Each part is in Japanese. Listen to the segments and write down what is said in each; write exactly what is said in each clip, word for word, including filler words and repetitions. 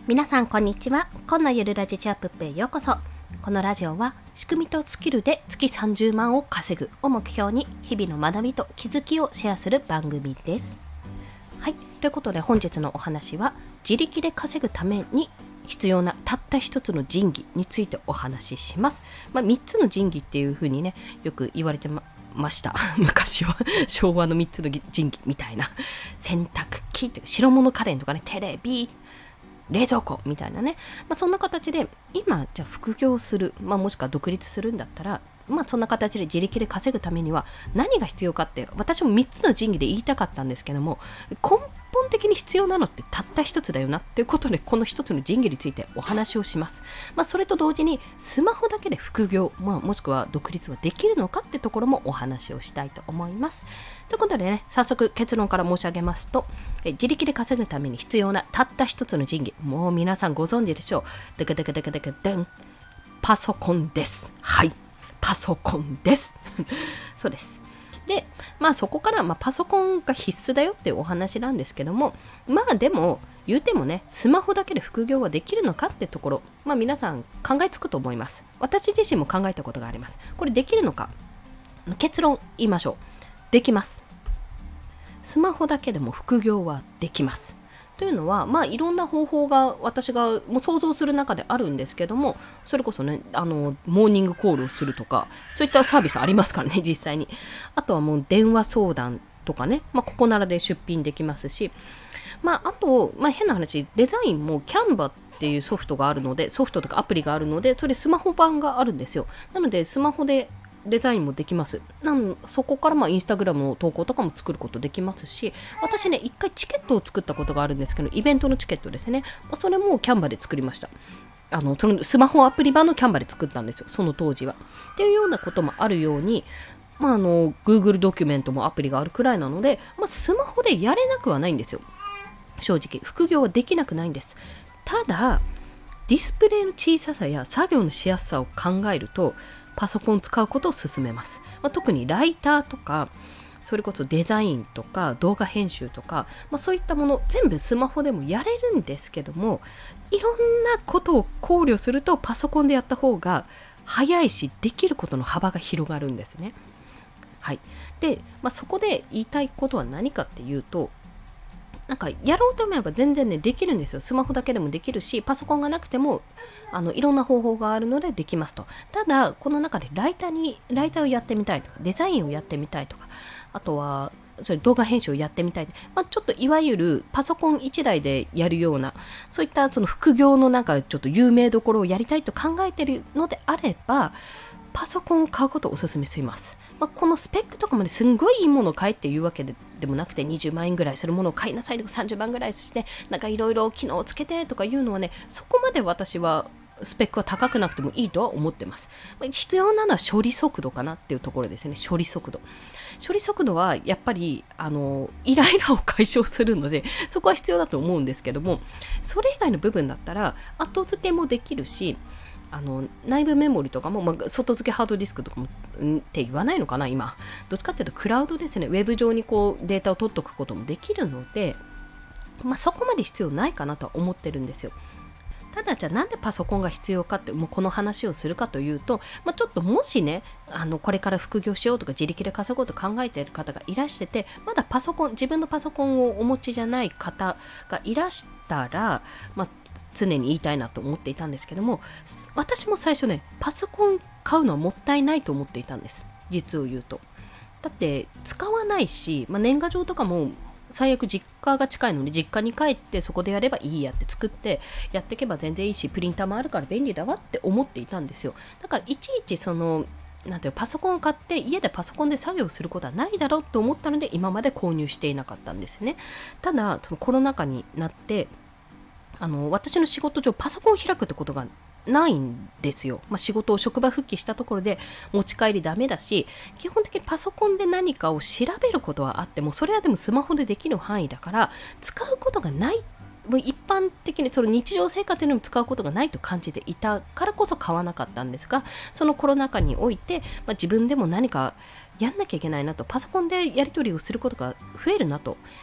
皆さんこんにちは。今のゆるラジチャップップへようこそ。このラジオは仕組みとスキルで月さんじゅうまんを稼ぐを目標に日々の学びと気づきをシェアする番組です。はい、ということで本日のお話は自力で稼ぐために必要なたった一つの神器についてお話しします。まあ、みっつの神器っていう風にねよく言われてまました昔は昭和のみっつの神器みたいな、洗濯機とか白物家電とかね、テレビ、冷蔵庫みたいなね、まあ、そんな形で今じゃあ副業する、まあ、もしくは独立するんだったら、まあ、そんな形で自力で稼ぐためには何が必要かって私もみっつの神器で言いたかったんですけども、根本的に必要なのってたった一つだよなっていうことで、この一つの神器についてお話をします。まあ、それと同時にスマホだけで副業、まあ、もしくは独立はできるのかってところもお話をしたいと思います。ということでね、早速結論から申し上げますと、え自力で稼ぐために必要なたった一つの神器、もう皆さんご存知でしょう。デカデカデカデカデン、パソコンです。はい、パソコンですそうです。で、まあそこからまあパソコンが必須だよっていうお話なんですけども、まあでも言うてもね、スマホだけで副業はできるのかってところ、まあ皆さん考えつくと思います。私自身も考えたことがあります。これできるのか、結論言いましょう。できます。スマホだけでも副業はできます。というのは、まあいろんな方法が私がもう想像する中であるんですけども、それこそね、あのモーニングコールをするとか、そういったサービスありますからね、実際に。あとはもう電話相談とかね、まあここならで出品できますし、まああと、まあ変な話、デザインもキャンバっていうソフトがあるので、ソフトとかアプリがあるので、それスマホ版があるんですよ。なのでスマホでデザインもできます。なんそこからまあインスタグラムの投稿とかも作ることできますし、私ね一回チケットを作ったことがあるんですけど、イベントのチケットですね、それもキャンバで作りました。あのそのスマホアプリ版のキャンバで作ったんですよ、その当時は。っていうようなこともあるように、まあ、あの Google ドキュメントもアプリがあるくらいなので、まあ、スマホでやれなくはないんですよ。正直副業はできなくないんです。ただディスプレイの小ささや作業のしやすさを考えるとパソコンを使うことを勧めます。まあ、特にライターとか、それこそデザインとか動画編集とか、まあ、そういったもの全部スマホでもやれるんですけども、いろんなことを考慮するとパソコンでやった方が早いし、できることの幅が広がるんですね。はい。で、まあ、そこで言いたいことは何かっていうと、なんかやろうと思えば全然ねできるんですよ。スマホだけでもできるし、パソコンがなくてもあのいろんな方法があるのでできますと。ただこの中でライターにライターをやってみたいとか、デザインをやってみたいとか、あとはそれ動画編集をやってみたい、まあ、ちょっといわゆるパソコンいちだいでやるような、そういったその副業のなんかちょっと有名どころをやりたいと考えているのであれば、パソコンを買うことをお勧めします。まあ、このスペックとかまですんごいいいものを買えっていうわけででもなくて、にじゅうまんえんぐらいするものを買いなさいとか、さんじゅうまんぐらいしてなんかいろいろ機能をつけてとかいうのはね、そこまで私はスペックは高くなくてもいいとは思ってます。まあ、必要なのは処理速度かなっていうところですね。処理速度処理速度はやっぱりあのイライラを解消するので、そこは必要だと思うんですけども、それ以外の部分だったら後付けもできるし、あの内部メモリとかも、まあ、外付けハードディスクとかもんって言わないのかな、今どっちかっていうとクラウドですね。ウェブ上にこうデータを取っておくこともできるので、まあ、そこまで必要ないかなとは思ってるんですよ。ただじゃあなんでパソコンが必要かって、もうこの話をするかというと、まあ、ちょっともしねあのこれから副業しようとか自力で稼ごうと考えている方がいらしてて、まだパソコン自分のパソコンをお持ちじゃない方がいらしたら、まあ常に言いたいなと思っていたんですけども、私も最初ねパソコン買うのはもったいないと思っていたんです、実を言うと。だって使わないし、まあ、年賀状とかも最悪実家が近いので実家に帰ってそこでやればいいやって作ってやっていけば全然いいし、プリンターもあるから便利だわって思っていたんですよ。だからいちいちそのなんていうパソコンを買って家でパソコンで作業することはないだろうと思ったので今まで購入していなかったんですね。ただそのコロナ禍になってあの私の仕事上パソコンを開くってことがないんですよ。まあ、仕事を職場復帰したところで持ち帰りダメだし、基本的にパソコンで何かを調べることはあっても、それはでもスマホでできる範囲だから使うことがない、一般的にその日常生活にも使うことがないと感じていたからこそ買わなかったんですが、そのコロナ禍において、まあ、自分でも何かやんなきゃいけないなと、パソコンでやり取りをすることが増えるなと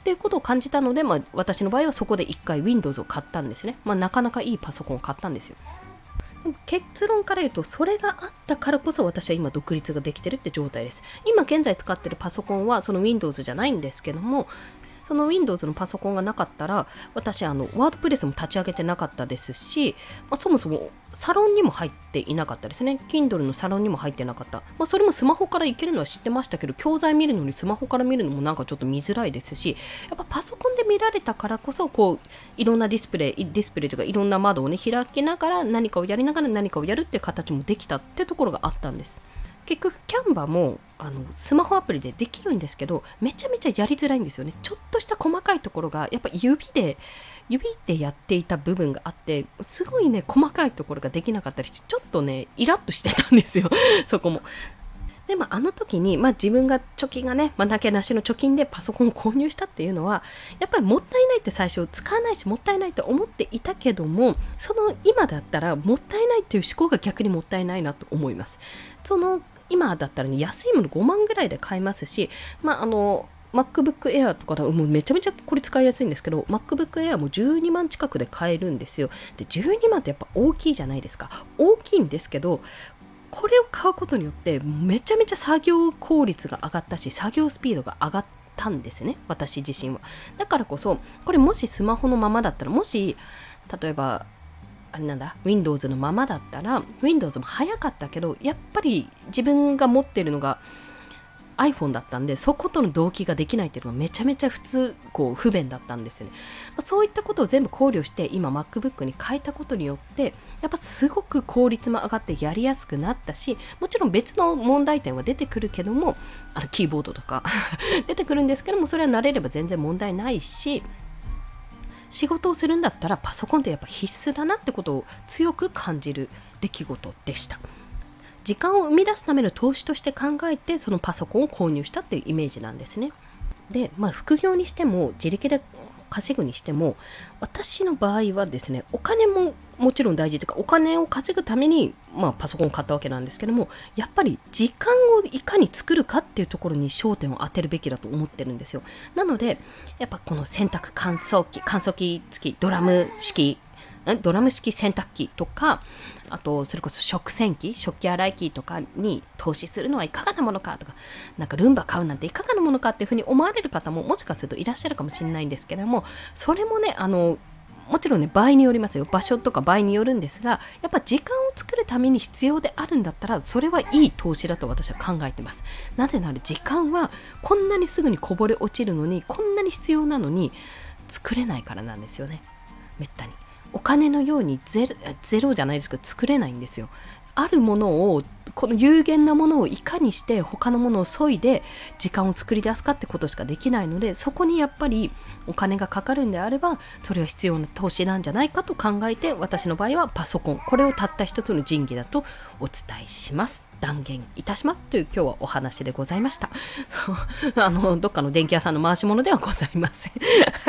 っていうことを感じたので、まあ、私の場合はそこで一回 Windows を買ったんですね。まあ、なかなかいいパソコンを買ったんですよ。結論から言うと、それがあったからこそ私は今独立ができてるって状態です。今現在使ってるパソコンはその Windows じゃないんですけども、その Windows のパソコンがなかったら、私あのワードプレスも立ち上げてなかったですし、まあ、そもそもサロンにも入っていなかったですね。Kindle のサロンにも入ってなかった。まあ、それもスマホからいけるのは知ってましたけど、教材見るのにスマホから見るのもなんかちょっと見づらいですし、やっぱパソコンで見られたからこそ、こういろんなディスプレイ、ディスプレイというかいろんな窓をね開きながら何かをやりながら何かをやるっていう形もできたってところがあったんです。結局キャンバもあのスマホアプリでできるんですけど、めちゃめちゃやりづらいんですよね。ちょっとした細かいところがやっぱ指で指でやっていた部分があって、すごいね細かいところができなかったりして、ちょっとねイラッとしてたんですよそこも。でもあの時に、まあ、自分が貯金がね、まあ、なけなしの貯金でパソコンを購入したっていうのは、やっぱりもったいないって最初使わないしもったいないと思っていたけども、その今だったらもったいないっていう思考が逆にもったいないなと思います。その今だったら、ね、安いものごまんぐらいで買えますし、まああの MacBook Air とかだともうめちゃめちゃこれ使いやすいんですけど、 MacBook Air もじゅうにまん近くで買えるんですよ。でじゅうにまんってやっぱ大きいじゃないですか。大きいんですけど、これを買うことによってめちゃめちゃ作業効率が上がったし、作業スピードが上がったんですね、私自身は。だからこそこれもしスマホのままだったら、もし例えばあれなんだ Windows のままだったら Windows も早かったけど、やっぱり自分が持ってるのが iPhone だったんで、そことの同期ができないっていうのがめちゃめちゃ普通こう不便だったんですね。まあ、そういったことを全部考慮して今 MacBook に変えたことによって、やっぱすごく効率も上がってやりやすくなったし、もちろん別の問題点は出てくるけども、あのキーボードとか出てくるんですけども、それは慣れれば全然問題ないし、仕事をするんだったらパソコンってやっぱ必須だなってことを強く感じる出来事でした。時間を生み出すための投資として考えて、そのパソコンを購入したっていうイメージなんですね。で、まあ、副業にしても自力で稼ぐにしても、私の場合はですね、お金ももちろん大事というか、お金を稼ぐために、まあ、パソコンを買ったわけなんですけども、やっぱり時間をいかに作るかっていうところに焦点を当てるべきだと思ってるんですよ。なのでやっぱこの洗濯乾燥機、乾燥機付きドラム式ドラム式洗濯機とか、あとそれこそ食洗機、食器洗い機とかに投資するのはいかがなものかとか、なんかルンバ買うなんていかがなものかっていうふうに思われる方ももしかするといらっしゃるかもしれないんですけども、それもね、あのもちろんね、場合によりますよ。場所とか場合によるんですが、やっぱ時間を作るために必要であるんだったら、それはいい投資だと私は考えてます。なぜなら時間はこんなにすぐにこぼれ落ちるのに、こんなに必要なのに作れないからなんですよね。めったにお金のようにゼロ、ゼロじゃないですけど作れないんですよ。あるものを、この有限なものをいかにして他のものを削いで時間を作り出すかってことしかできないので、そこにやっぱりお金がかかるんであれば、それは必要な投資なんじゃないかと考えて、私の場合はパソコン、これをたった一つの神器だとお伝えします。断言いたしますという今日はお話でございました。あのどっかの電気屋さんの回し物ではございません。はい、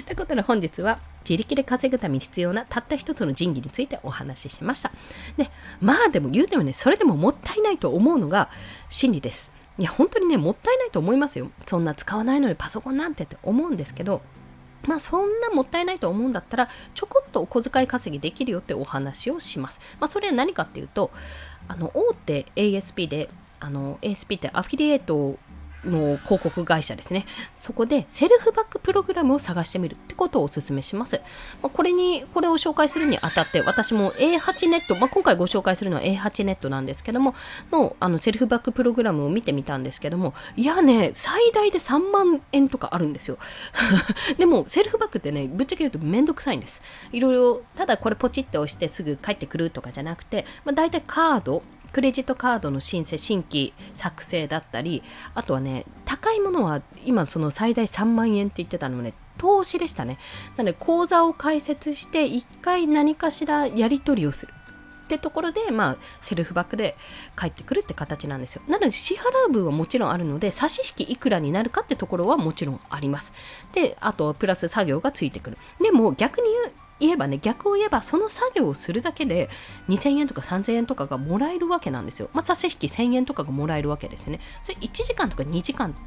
ということで本日は自力で稼ぐために必要なたった一つの神器についてお話ししました。で、まあでも言うてもね、それでももったいないと思うのが真理です。いや本当にね、もったいないと思いますよ。そんな使わないのにパソコンなんてって思うんですけど、まあそんなもったいないと思うんだったら、ちょこっとお小遣い稼ぎできるよってお話をします。まあそれは何かっていうと、あの大手 エーエスピー で、あの エーエスピー ってアフィリエイトの広告会社ですね。そこでセルフバックプログラムを探してみるってことをお勧めします。まあ、これにこれを紹介するにあたって、私も エーはち ネット、まあ、今回ご紹介するのは エーはち ネットなんですけどもの、あのセルフバックプログラムを見てみたんですけども、いやね、最大でさんまんえんとかあるんですよ。でもセルフバックってね、ぶっちゃけ言うとめんどくさいんです。いろいろ、ただこれポチって押してすぐ帰ってくるとかじゃなくて、まあ、大体カードクレジットカードの申請、新規作成だったり、あとはね、高いものは今その最大さんまんえんって言ってたのもね、投資でしたね。なので口座を開設していっかい何かしらやり取りをするってところで、まあセルフバックで返ってくるって形なんですよ。なので支払う分はもちろんあるので、差し引きいくらになるかってところはもちろんあります。で、あとプラス作業がついてくる。でも逆に言う言えばね、逆を言えばその作業をするだけでにせんえんとかさんぜんえんとかがもらえるわけなんですよ。まあ、差し引きせんえんとかがもらえるわけですね。それいちじかんとかにじかん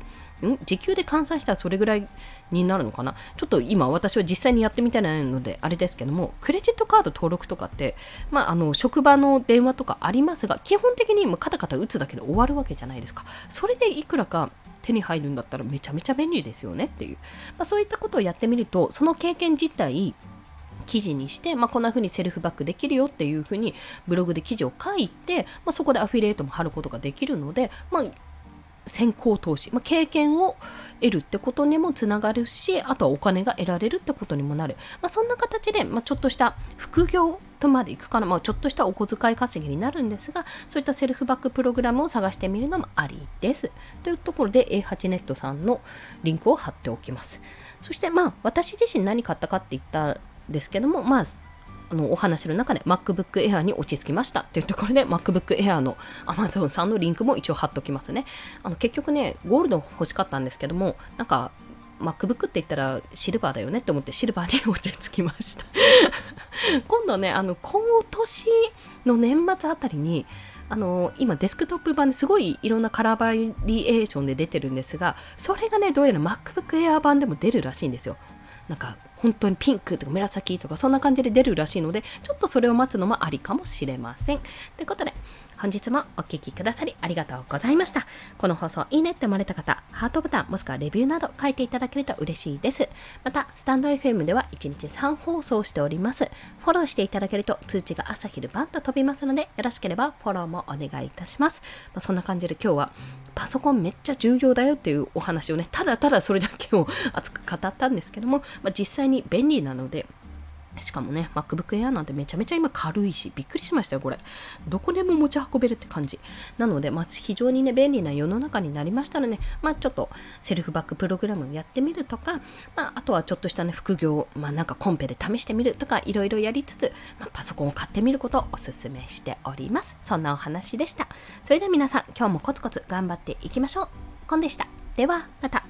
ん時給で換算したらそれぐらいになるのかな。ちょっと今私は実際にやってみたいのであれですけども、クレジットカード登録とかって、まあ、あの職場の電話とかありますが、基本的にもうカタカタ打つだけで終わるわけじゃないですか。それでいくらか手に入るんだったらめちゃめちゃ便利ですよねっていう、まあ、そういったことをやってみると、その経験自体記事にして、まあ、こんな風にセルフバックできるよっていう風にブログで記事を書いて、まあ、そこでアフィリエイトも貼ることができるので、まあ、先行投資、まあ、経験を得るってことにもつながるし、あとはお金が得られるってことにもなる、まあ、そんな形で、まあ、ちょっとした副業とまでいくかな、まあ、ちょっとしたお小遣い稼ぎになるんですが、そういったセルフバックプログラムを探してみるのもありですというところで エーはち ネットさんのリンクを貼っておきます。そしてまあ私自身何買ったかって言ったんですけども、まああのお話の中で MacBook Air に落ち着きましたっていうところで MacBook Air の Amazon さんのリンクも一応貼っときますね。あの結局ねゴールド欲しかったんですけども、なんか MacBook って言ったらシルバーだよねって思ってシルバーに落ち着きました今度ねあの今年の年末あたりにあの今デスクトップ版ですごいいろんなカラーバリエーションで出てるんですが、それがねどうやら MacBook Air 版でも出るらしいんですよ。なんか本当にピンクとか紫とかそんな感じで出るらしいので、ちょっとそれを待つのもありかもしれません。ということで本日もお聞きくださりありがとうございました。この放送いいねって思われた方、ハートボタンもしくはレビューなど書いていただけると嬉しいです。またスタンド エフエム ではいちにちさん放送しております。フォローしていただけると通知が朝昼晩と飛びますので、よろしければフォローもお願いいたします。まあ、そんな感じで今日はパソコンめっちゃ重要だよっていうお話をね、ただただそれだけを熱く語ったんですけども、まあ、実際に便利なので、しかもね MacBook Air なんてめちゃめちゃ今軽いし、びっくりしましたよ。これどこでも持ち運べるって感じなので、まあ、非常にね便利な世の中になりましたらね、まあ、ちょっとセルフバックプログラムをやってみるとか、まあ、あとはちょっとしたね副業、まあ、なんかコンペで試してみるとかいろいろやりつつ、まあ、パソコンを買ってみることをお勧めしております。そんなお話でした。それでは皆さん今日もコツコツ頑張っていきましょう。コンでした。ではまた。